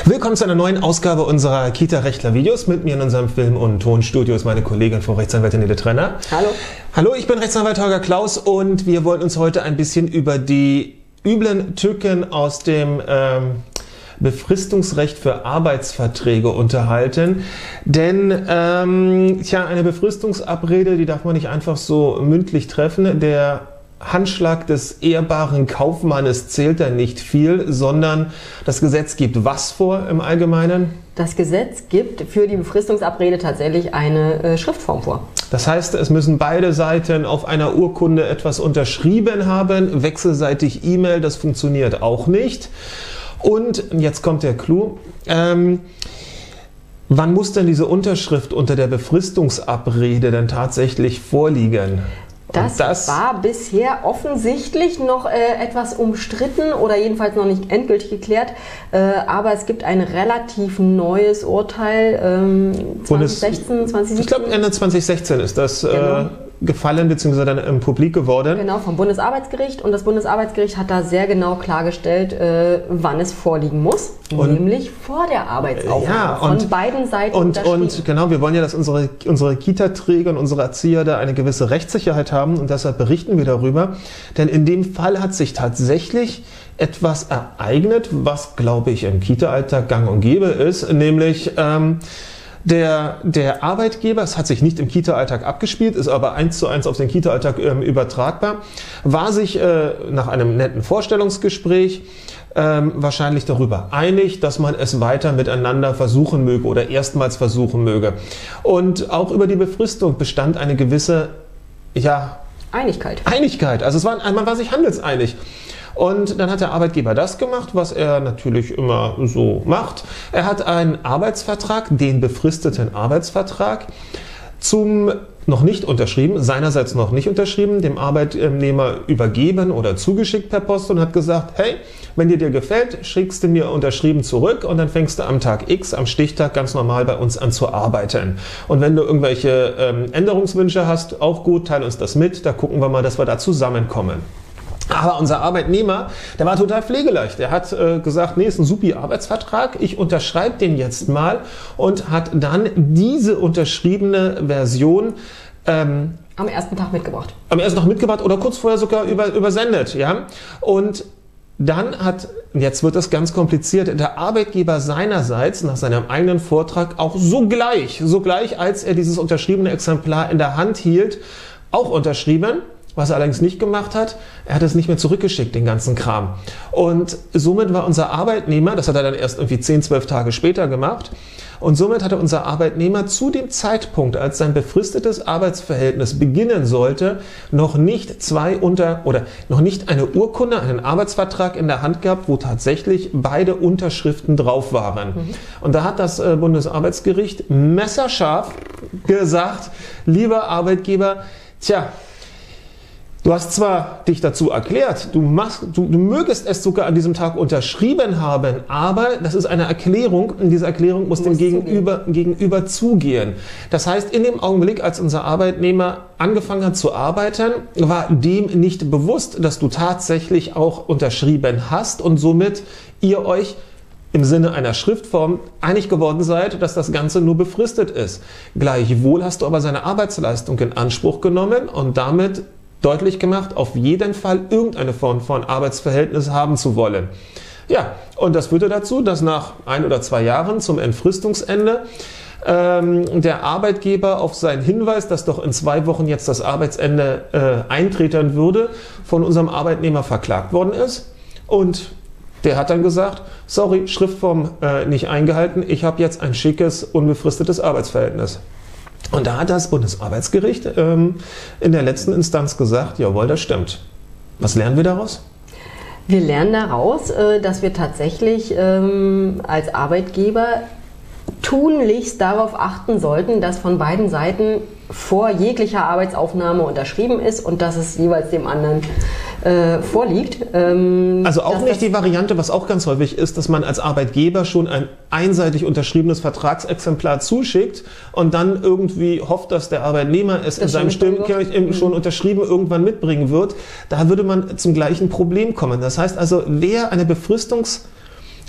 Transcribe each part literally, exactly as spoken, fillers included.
Willkommen zu einer neuen Ausgabe unserer Kita-Rechtler-Videos. Mit mir in unserem Film- und Tonstudio ist meine Kollegin, Frau Rechtsanwältin Nele Trenner. Hallo. Hallo, ich bin Rechtsanwalt Holger Klaus und wir wollen uns heute ein bisschen über die üblen Tücken aus dem ähm, Befristungsrecht für Arbeitsverträge unterhalten. Denn ähm, tja, eine Befristungsabrede, die darf man nicht einfach so mündlich treffen. Der Handschlag des ehrbaren Kaufmannes zählt da nicht viel, sondern das Gesetz gibt was vor im Allgemeinen? Das Gesetz gibt für die Befristungsabrede tatsächlich eine äh, Schriftform vor. Das heißt, es müssen beide Seiten auf einer Urkunde etwas unterschrieben haben, wechselseitig E-Mail, das funktioniert auch nicht. Und jetzt kommt der Clou. Ähm, wann muss denn diese Unterschrift unter der Befristungsabrede denn tatsächlich vorliegen? Das, das war bisher offensichtlich noch äh, etwas umstritten oder jedenfalls noch nicht endgültig geklärt. Äh, aber es gibt ein relativ neues Urteil, ähm, zwanzig sechzehn, zwanzig siebzehn. Ich glaube Ende zwanzig sechzehn ist das genau. äh, gefallen bzw. dann im Publik geworden. Genau, vom Bundesarbeitsgericht. Und das Bundesarbeitsgericht hat da sehr genau klargestellt, äh, wann es vorliegen muss. Und nämlich vor der Arbeitsaufnahme. Ja, und, von beiden Seiten und, und genau, wir wollen ja, dass unsere, unsere Kita-Träger und unsere Erzieher da eine gewisse Rechtssicherheit haben und deshalb berichten wir darüber. Denn in dem Fall hat sich tatsächlich etwas ereignet, was, glaube ich, im Kita-Alltag gang und gäbe ist, nämlich ähm, Der, der Arbeitgeber, es hat sich nicht im Kita-Alltag abgespielt, ist aber eins zu eins auf den Kita-Alltag ähm, übertragbar, war sich äh, nach einem netten Vorstellungsgespräch ähm, wahrscheinlich darüber einig, dass man es weiter miteinander versuchen möge oder erstmals versuchen möge. Und auch über die Befristung bestand eine gewisse, ja, Einigkeit. Einigkeit. Also es war, man war sich handelseinig. Und dann hat der Arbeitgeber das gemacht, was er natürlich immer so macht. Er hat einen Arbeitsvertrag, den befristeten Arbeitsvertrag, zum noch nicht unterschrieben, seinerseits noch nicht unterschrieben, dem Arbeitnehmer übergeben oder zugeschickt per Post und hat gesagt, hey, wenn dir dir gefällt, schickst du mir unterschrieben zurück und dann fängst du am Tag X, am Stichtag ganz normal bei uns an zu arbeiten. Und wenn du irgendwelche ähm, Änderungswünsche hast, auch gut, teile uns das mit, da gucken wir mal, dass wir da zusammenkommen. Aber unser Arbeitnehmer, der war total pflegeleicht. Der hat äh, gesagt, nee, ist ein supi Arbeitsvertrag, ich unterschreibe den jetzt mal und hat dann diese unterschriebene Version ähm, am ersten Tag mitgebracht. Am ersten Tag mitgebracht oder kurz vorher sogar über, übersendet. Ja? Und dann hat, jetzt wird das ganz kompliziert, der Arbeitgeber seinerseits nach seinem eigenen Vortrag auch sogleich, sogleich als er dieses unterschriebene Exemplar in der Hand hielt, auch unterschrieben. Was er allerdings nicht gemacht hat, er hat es nicht mehr zurückgeschickt, den ganzen Kram. Und somit war unser Arbeitnehmer, das hat er dann erst irgendwie zehn, zwölf Tage später gemacht, und somit hatte unser Arbeitnehmer zu dem Zeitpunkt, als sein befristetes Arbeitsverhältnis beginnen sollte, noch nicht zwei unter oder noch nicht eine Urkunde, einen Arbeitsvertrag in der Hand gehabt, wo tatsächlich beide Unterschriften drauf waren. Mhm. Und da hat das äh, Bundesarbeitsgericht messerscharf gesagt, lieber Arbeitgeber, tja, du hast zwar dich dazu erklärt, du, machst, du, du mögest es sogar an diesem Tag unterschrieben haben, aber das ist eine Erklärung und diese Erklärung muss, muss dem Gegenüber, Gegenüber zugehen. Das heißt, in dem Augenblick, als unser Arbeitnehmer angefangen hat zu arbeiten, war dem nicht bewusst, dass du tatsächlich auch unterschrieben hast und somit ihr euch im Sinne einer Schriftform einig geworden seid, dass das Ganze nur befristet ist. Gleichwohl hast du aber seine Arbeitsleistung in Anspruch genommen und damit deutlich gemacht, auf jeden Fall irgendeine Form von Arbeitsverhältnis haben zu wollen. Ja, und das führte dazu, dass nach ein oder zwei Jahren zum Entfristungsende ähm, der Arbeitgeber auf seinen Hinweis, dass doch in zwei Wochen jetzt das Arbeitsende äh, eintreten würde, von unserem Arbeitnehmer verklagt worden ist. Und der hat dann gesagt, sorry, Schriftform äh, nicht eingehalten, ich habe jetzt ein schickes, unbefristetes Arbeitsverhältnis. Und da hat das Bundesarbeitsgericht ähm, in der letzten Instanz gesagt, jawohl, das stimmt. Was lernen wir daraus? Wir lernen daraus, äh, dass wir tatsächlich ähm, als Arbeitgeber tunlichst darauf achten sollten, dass von beiden Seiten vor jeglicher Arbeitsaufnahme unterschrieben ist und dass es jeweils dem anderen äh, vorliegt. Ähm, also auch nicht die Variante, was auch ganz häufig ist, dass man als Arbeitgeber schon ein einseitig unterschriebenes Vertragsexemplar zuschickt und dann irgendwie hofft, dass der Arbeitnehmer es in seinem Stimmkirch schon unterschrieben irgendwann mitbringen wird. Da würde man zum gleichen Problem kommen. Das heißt also, wer eine Befristungs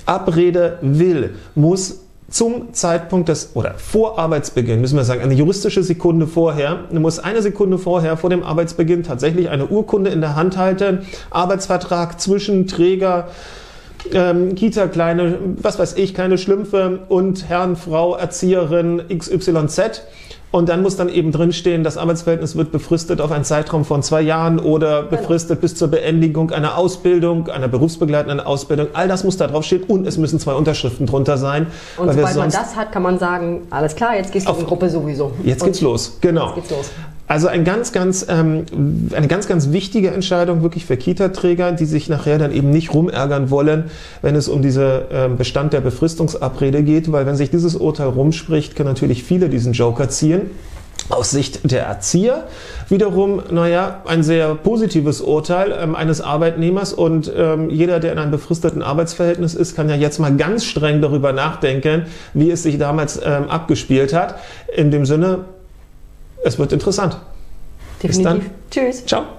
Abrede will, muss zum Zeitpunkt des, oder vor Arbeitsbeginn, müssen wir sagen, eine juristische Sekunde vorher, muss eine Sekunde vorher, vor dem Arbeitsbeginn tatsächlich eine Urkunde in der Hand halten, Arbeitsvertrag zwischen Träger, ähm, Kita, kleine, was weiß ich, keine Schlümpfe und Herrn, Frau, Erzieherin X Y Z. Und dann muss dann eben drinstehen, das Arbeitsverhältnis wird befristet auf einen Zeitraum von zwei Jahren oder befristet bis zur Beendigung einer Ausbildung, einer berufsbegleitenden Ausbildung. All das muss da draufstehen und es müssen zwei Unterschriften drunter sein. Und sobald man das hat, kann man sagen, alles klar, jetzt gehst du in die Gruppe sowieso. Jetzt geht's los, genau. Jetzt geht's los. Also ein ganz, ganz, ähm, eine ganz, ganz wichtige Entscheidung wirklich für Kita-Träger, die sich nachher dann eben nicht rumärgern wollen, wenn es um diesen ähm, Bestand der Befristungsabrede geht, weil wenn sich dieses Urteil rumspricht, können natürlich viele diesen Joker ziehen. Aus Sicht der Erzieher wiederum, naja, ein sehr positives Urteil ähm, eines Arbeitnehmers und ähm, jeder, der in einem befristeten Arbeitsverhältnis ist, kann ja jetzt mal ganz streng darüber nachdenken, wie es sich damals ähm, abgespielt hat. In dem Sinne, es wird interessant. Definitiv. Bis dann. Tschüss. Ciao.